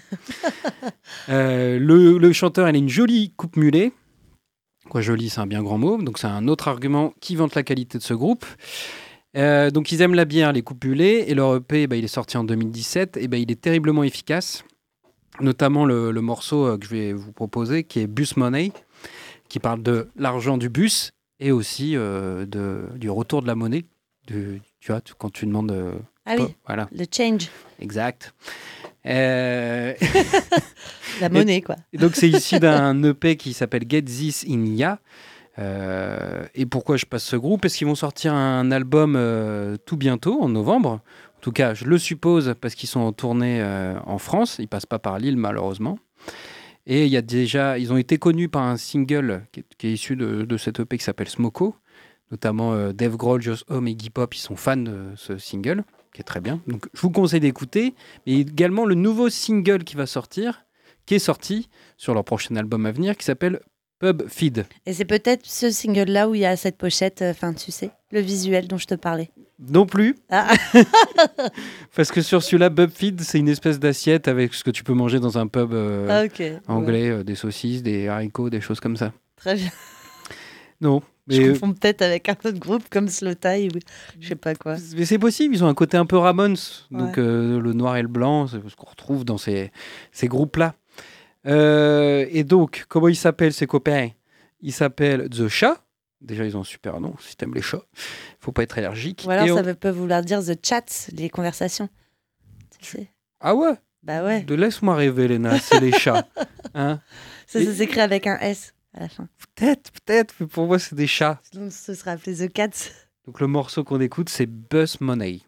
Euh, le, le chanteur, il a une jolie coupe mulet. Quoi, jolie, c'est un bien grand mot. Donc, c'est un autre argument qui vante la qualité de ce groupe. Euh, donc, ils aiment la bière, les coupes mulets. Et leur E P, bah, il est sorti en deux mille dix-sept. Et bah, il est terriblement efficace. Notamment le, le morceau euh, que je vais vous proposer, qui est Bus Money, qui parle de l'argent du bus et aussi euh, de, du retour de la monnaie. Du, tu vois, tu- quand tu demandes. euh, Ah oui, Voilà, le change, exact. Euh, la monnaie, quoi. Et donc, c'est issu d'un E P qui s'appelle Get This In Ya. Euh, et pourquoi je passe ce groupe? Parce qu'ils vont sortir un album euh, tout bientôt, en novembre. En tout cas, je le suppose, parce qu'ils sont en tournée euh, en France. Ils passent pas par Lille, malheureusement. Et il y a déjà, ils ont été connus par un single qui est, qui est issu de, de cet E P qui s'appelle Smoko. Notamment euh, Dave Grohl, Joss Homme et Iggy Pop, ils sont fans de ce single, qui est très bien. Donc, je vous conseille d'écouter. Mais également le nouveau single qui va sortir, qui est sorti sur leur prochain album à venir, qui s'appelle Pub Feed. Et c'est peut-être ce single-là où il y a cette pochette, enfin, tu sais, le visuel dont je te parlais. Non plus, Ah, parce que sur celui-là, Pub Feed, c'est une espèce d'assiette avec ce que tu peux manger dans un pub euh, ah, ok. anglais, euh, des saucisses, des haricots, des choses comme ça. Très bien. Non, Je mais, confonds peut-être avec un autre groupe comme Slow Tie ou je sais pas quoi. mais c'est possible, ils ont un côté un peu Ramones, donc Ouais. euh, le noir et le blanc, c'est ce qu'on retrouve dans ces, ces groupes-là. Euh, et donc, comment ils s'appellent ces copains? Ils s'appellent The Chat. Déjà, ils ont un super nom, si t'aimes les chats. Faut pas être allergique. Ou alors Et ça on- veut- peut vouloir dire The Chat, les conversations. Tu sais. Ah ouais, Bah ouais. de laisse-moi rêver, Léna, c'est les chats. Hein? Ça, Et- ça s'écrit avec un S à la fin. Peut-être, peut-être, mais pour moi, c'est des chats. Sinon, ce sera appelé The Cats. Donc, le morceau qu'on écoute, c'est Bus Money.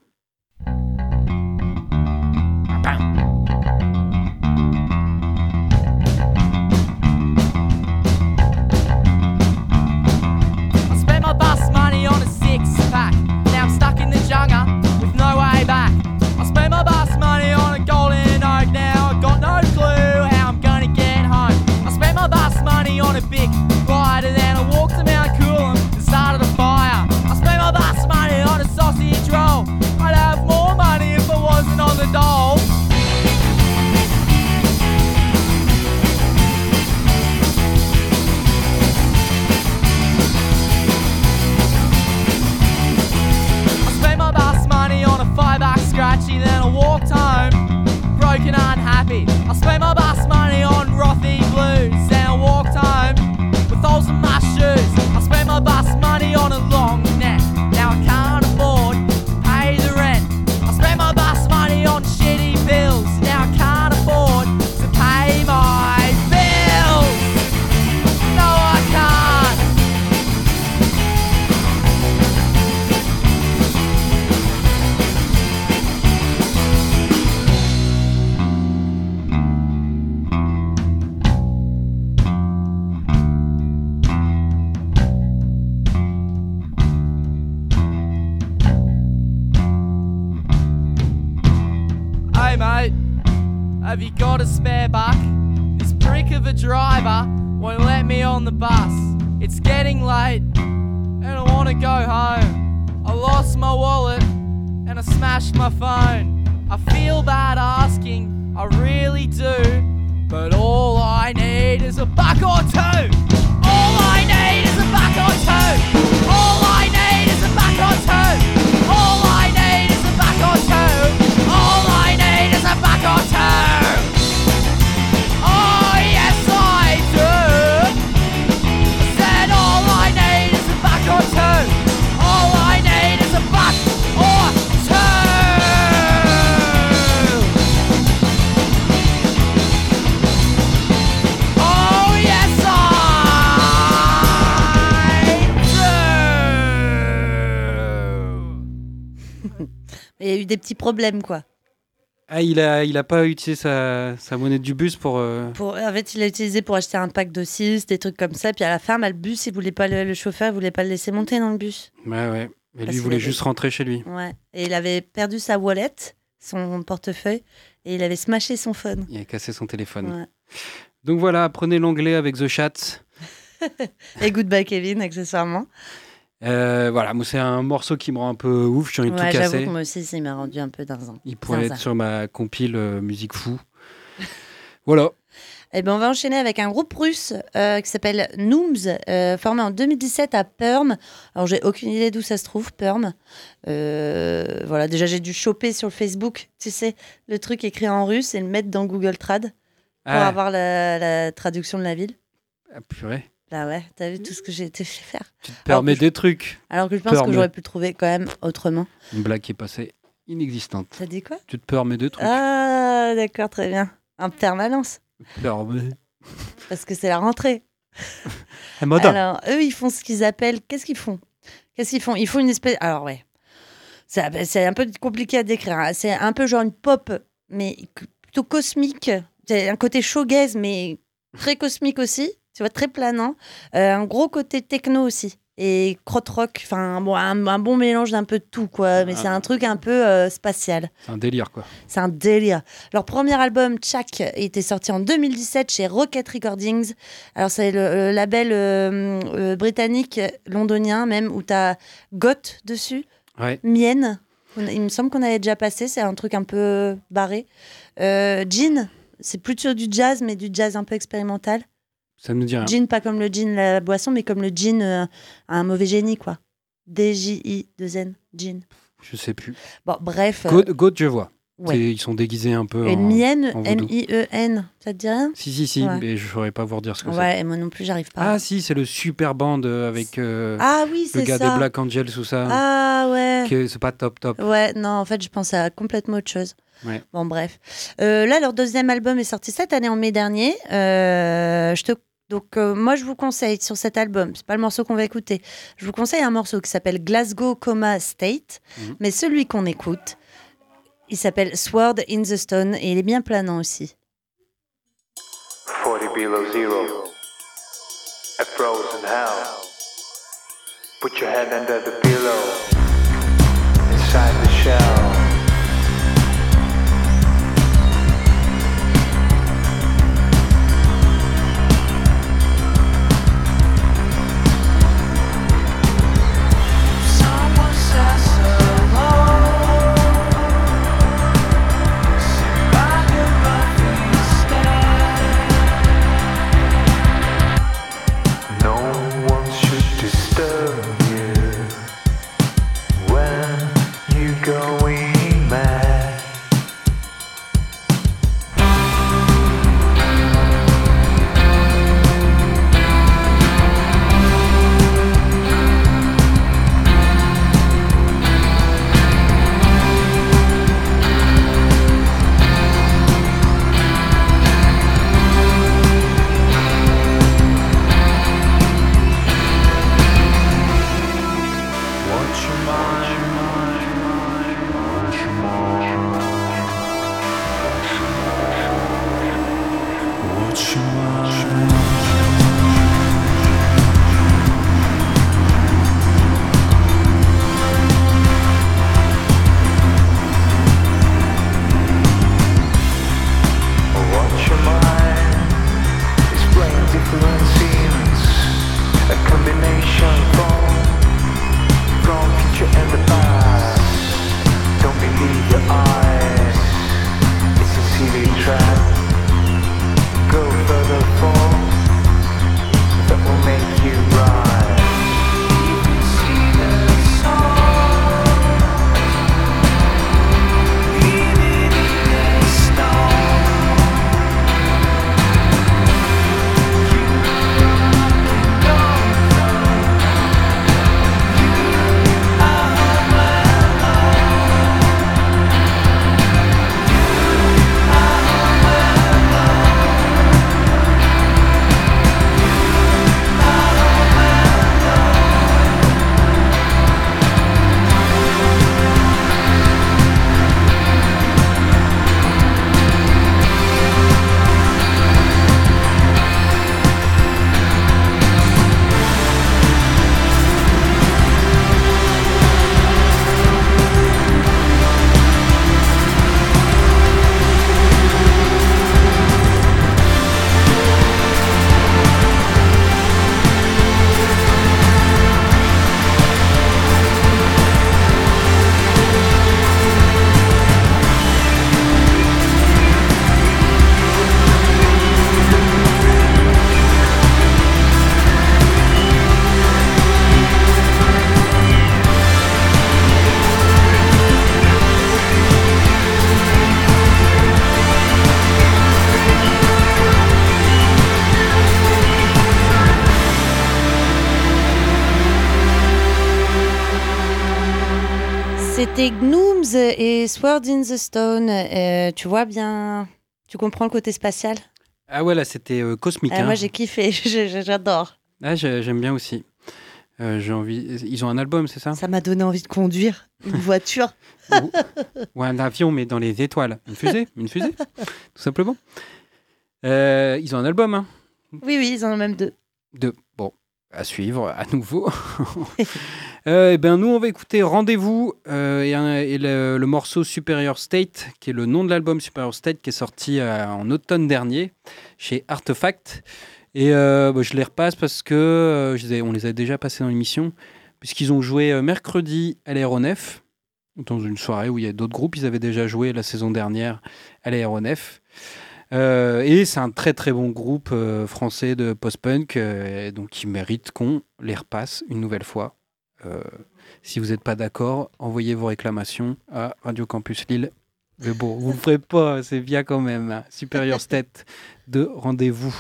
I spent my bus money on a six pack. Now I'm stuck in the jungle with no way back. I spent my bus money on a golden oak. Now I got no clue how I'm gonna get home. I spent my bus money on a big ride and then I walked to Mount Coolum and started a fire. I spent my bus money on a sausage roll. I'd have more money if I wasn't on the dole. I spent my bus money on a five buck scratchy, then I walked home, broken unhappy. I spent my bus money on Rothy blues, then I walked home with holes in my shoes. I spent my bus money on a long neck, now I can't afford to pay the rent. I spent my bus money on shitty bills, now I can't afford to pay my bills. No, I can't. Hey mate, have you got a spare buck? This prick of a driver won't let me on the bus. It's getting late and I wanna go home. I lost my wallet and I smashed my phone. I feel bad asking, I really do. But all I need is a buck or two. All I need is a buck or two. All I need is a buck or two. All I need is a buck or two. All I need is a buck or two. Oh yes I do. I said all I need is a buck or two. All I need is a buck or two. Oh yes I do. Il y a eu des petits problèmes, quoi. Ah, il a, il a pas utilisé sa, sa monnaie du bus pour. euh, Pour, en fait, il l'a utilisé pour acheter un pack de six, des trucs comme ça. Puis à la fin, bah, le bus, il voulait pas le, le chauffeur, il voulait pas le laisser monter dans le bus. Ouais, ouais. Mais Parce lui qu'il voulait avait- juste rentrer chez lui. Ouais. Et il avait perdu sa wallet, son portefeuille, et il avait smashé son phone. Il a cassé son téléphone. Ouais. Donc voilà, apprenez l'anglais avec The Chat. Et Goodbye Kevin, accessoirement. Euh, voilà, moi c'est un morceau qui me rend un peu ouf. J'ai envie de Ouais, tout j'avoue casser. que moi aussi, ça m'a rendu un peu zinzin. Il pourrait Zinzin. être sur ma compile euh, musique fou. Voilà. Eh ben, on va enchaîner avec un groupe russe euh, qui s'appelle Nooms, euh, formé en deux mille dix-sept à Perm. Alors, j'ai aucune idée d'où ça se trouve, Perm. Euh, voilà, déjà, j'ai dû choper sur le Facebook, tu sais, le truc écrit en russe et le mettre dans Google Trad pour Ah, avoir la, la traduction de la ville. ah, purée. Là, ouais, t'as vu tout ce que j'ai été fait faire. Tu te permets que je- des trucs. Alors que je pense Perm. que j'aurais pu le trouver quand même autrement. Une blague qui est passée inexistante. T'as dit quoi? Tu te permets de trucs. Ah, d'accord, très bien. En permanence, Permets. parce que c'est la rentrée. Eh, madame. Alors, eux, ils font ce qu'ils appellent. Qu'est-ce qu'ils font Qu'est-ce qu'ils font Ils font une espèce. Alors, ouais. C'est c'est un peu compliqué à décrire. hein. C'est un peu genre une pop, mais c- plutôt cosmique. C'est un côté showgaze, mais très cosmique aussi. Tu vois, très planant. Euh, un gros côté techno aussi. Et krautrock. Enfin, bon, un, un bon mélange d'un peu de tout, quoi. Mais Ah. c'est un truc un peu euh, spatial. C'est un délire, quoi. C'est un délire. Leur premier album, Chak, était sorti en deux mille dix-sept chez Rocket Recordings. Alors, c'est le, le label euh, euh, britannique, londonien même, où tu as Goth dessus, Ouais. Mienne. Il me semble qu'on avait déjà passé. C'est un truc un peu barré. Euh, Gin, c'est plus sur du jazz, mais du jazz un peu expérimental. Ça me dit rien. Gin, pas comme le gin, la boisson, mais comme le gin, euh, un mauvais génie, quoi. D J I deux N, gin. Je sais plus. Bon, bref. euh, God, God, je vois. ouais. C'est- Ils sont déguisés un peu. Et en... Mienne, en M vaudou. I E N, ça te dit rien? Si, si, si, Ouais. mais je ne saurais pas vous redire ce que c'est. Ouais, et moi non plus, j'arrive pas. Ah, si, c'est le super band euh, avec euh, Ah oui, le c'est gars ça. des Black Angels, tout ça. Ah ouais. Que c'est pas top, top. Ouais, non, en fait, je pensais à complètement autre chose. Ouais. Bon, bref. Euh, là, leur deuxième album est sorti cette année, en mai dernier. Euh, je te... Donc, euh, moi, je vous conseille sur cet album, c'est pas le morceau qu'on va écouter, je vous conseille un morceau qui s'appelle Glasgow Coma State, Mhm. mais celui qu'on écoute, il s'appelle Sword in the Stone et il est bien planant aussi. forty below zero. A frozen hell. Put your head under the pillow. Inside the shell. Someone says hello. Sit back and let me stay. No one should disturb you when you go in. C'était Gnooms et Sword in the Stone. Euh, tu vois bien, tu comprends le côté spatial? Ah ouais, là, c'était euh, cosmique. Ah, hein. moi, j'ai kiffé, j'adore. Ah, j'aime bien aussi. Euh, j'ai envie... Ils ont un album, c'est ça? Ça m'a donné envie de conduire une voiture. ou, ou un avion, mais dans les étoiles. Une fusée, une fusée, tout simplement. Euh, ils ont un album, hein? Oui, oui, ils en ont même deux. Deux. Bon, à suivre, à nouveau. euh, et ben nous, on va écouter Rendez-vous euh, et, un, et le, le morceau Superior State, qui est le nom de l'album Superior State, qui est sorti euh, en automne dernier chez Artefact. Et euh, bah, je les repasse parce que euh, je les ai, on les a déjà passés dans l'émission, puisqu'ils ont joué euh, mercredi à l'aéronef, dans une soirée où il y a d'autres groupes. Ils avaient déjà joué la saison dernière à l'aéronef. Euh, et c'est un très très bon groupe euh, français de post-punk, euh, donc il mérite qu'on les repasse une nouvelle fois. Euh, si vous n'êtes pas d'accord, envoyez vos réclamations à Radio Campus Lille. Mais bon, vous ne le ferez pas, c'est bien quand même. Hein. Superior State de Rendez-vous.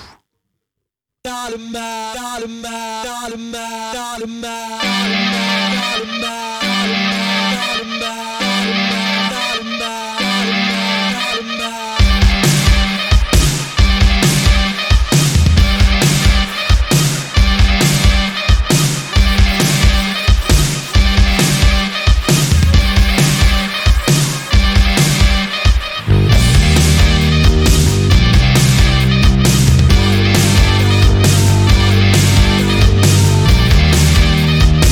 We'll be right back.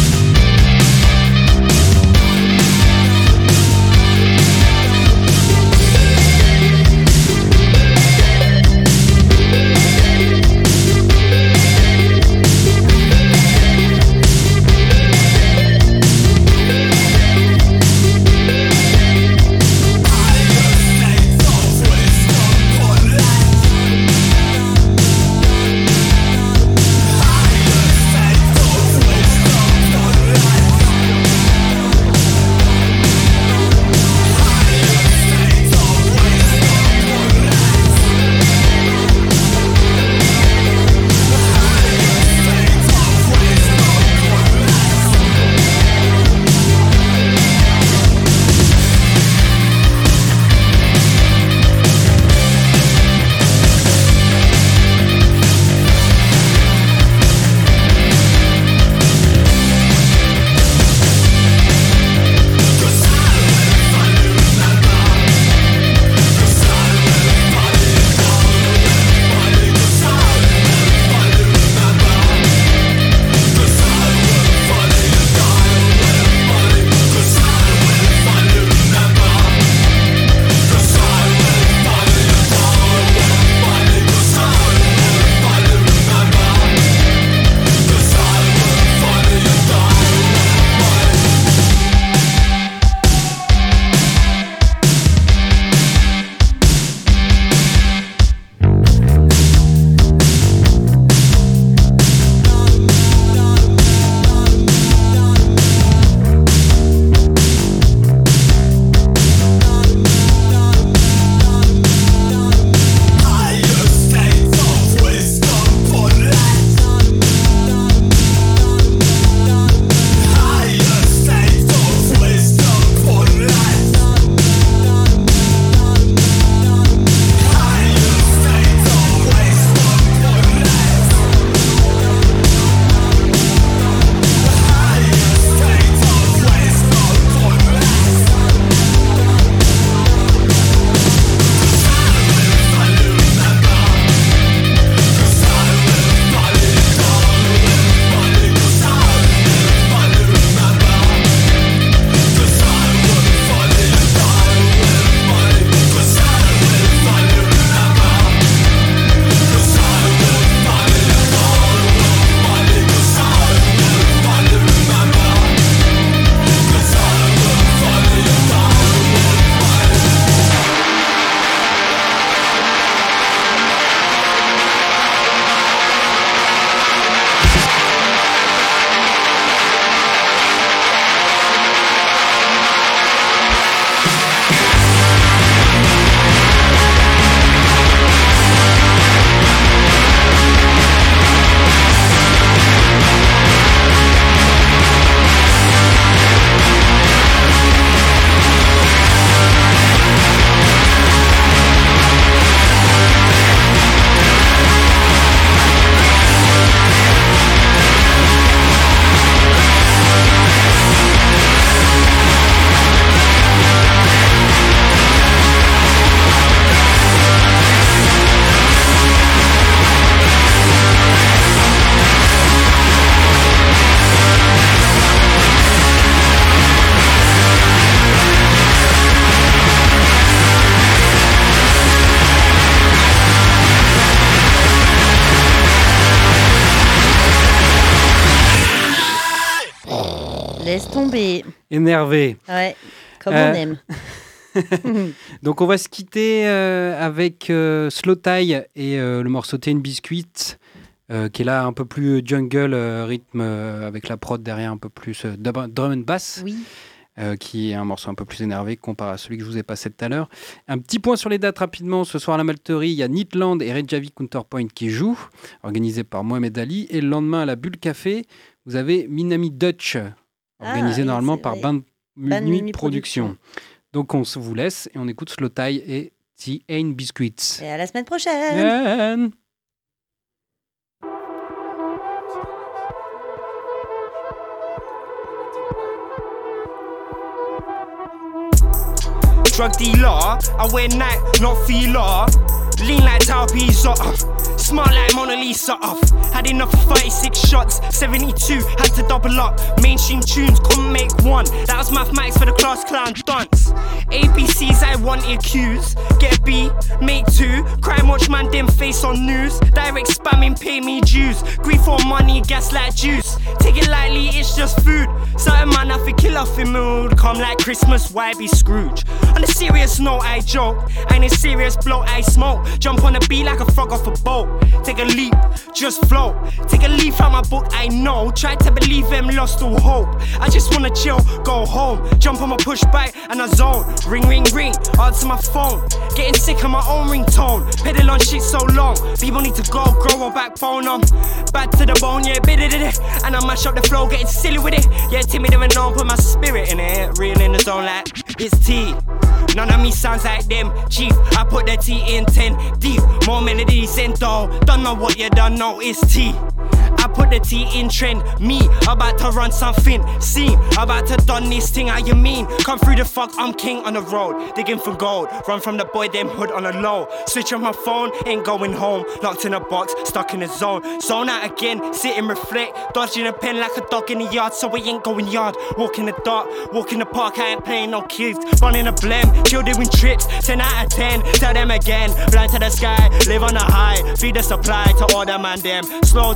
Laisse tomber. Énervé. Ouais, comme Euh, on aime. Donc on va se quitter euh, avec euh, Slow Tie et euh, le morceau Teen Biscuit, euh, qui est là un peu plus jungle, euh, rythme euh, avec la prod derrière un peu plus euh, dub- drum and bass. Oui. Euh, qui est un morceau un peu plus énervé comparé à celui que je vous ai passé tout à l'heure. Un petit point sur les dates rapidement. Ce soir à la Malterie, il y a Nitland et Reykjavik Counterpoint qui jouent, organisé par Mohamed Ali. Et le lendemain à la Bulle Café, vous avez Minami Dutch, organisé Ah, oui, normalement c'est par vrai. Band Band Nuit Nuit Production. Production. Donc on se vous laisse et on écoute Slow Tie et The Ain Biscuits. Et à la semaine prochaine. Yeah. Drug dealer, I wear night, not feeler. Lean like Tao Pizza, uh. Smart like Mona Lisa, uh. Had enough of thirty-six shots, seventy-two, had to double up. Mainstream tunes, couldn't make one. That was mathematics for the class clown dunce. A B Cs I wanted Q's. Get a B, make two. Crime watch man, them face on news. Direct spamming, pay me dues. Grief for money, gas like juice. Take it lightly, it's just food. Certain man have to kill off in mood. Come like Christmas, why be Scrooge? On a serious note, I joke. Ain't a serious blow, I smoke. Jump on a beat like a frog off a boat. Take a leap, just float. Take a leaf out my book, I know. Try to believe them, lost all hope. I just wanna chill, go home. Jump on my push bike and I zone. Ring, ring, ring, answer my phone. Getting sick of my own ringtone. Pedal on shit so long. People need to go, grow a backbone on. Bad to the bone, yeah, bit it, it. And I mash up the flow, getting silly with it. Yeah, timid and known, put my spirit in it. Real in the zone like it's tea. None of me sounds like them, chief. I put the T in ten deep. More melodies in though. Don't know what you don't know, it's T. I put the T in trend. Me, about to run something. Scene, about to done this thing. How you mean? Come through the fuck, I'm king on the road. Digging for gold. Run from the boy, them hood on a low. Switch on my phone, ain't going home. Locked in a box, stuck in the zone. Zone out again, sit and reflect. Dodging a pen like a dog in the yard, so we ain't going yard. Walk in the dark, walk in the park, I ain't playing no kids. Running a blem, chill doing trips. ten out of ten, tell them again. Blind to the sky, live on a high. Feed the supply to all the man them. Slow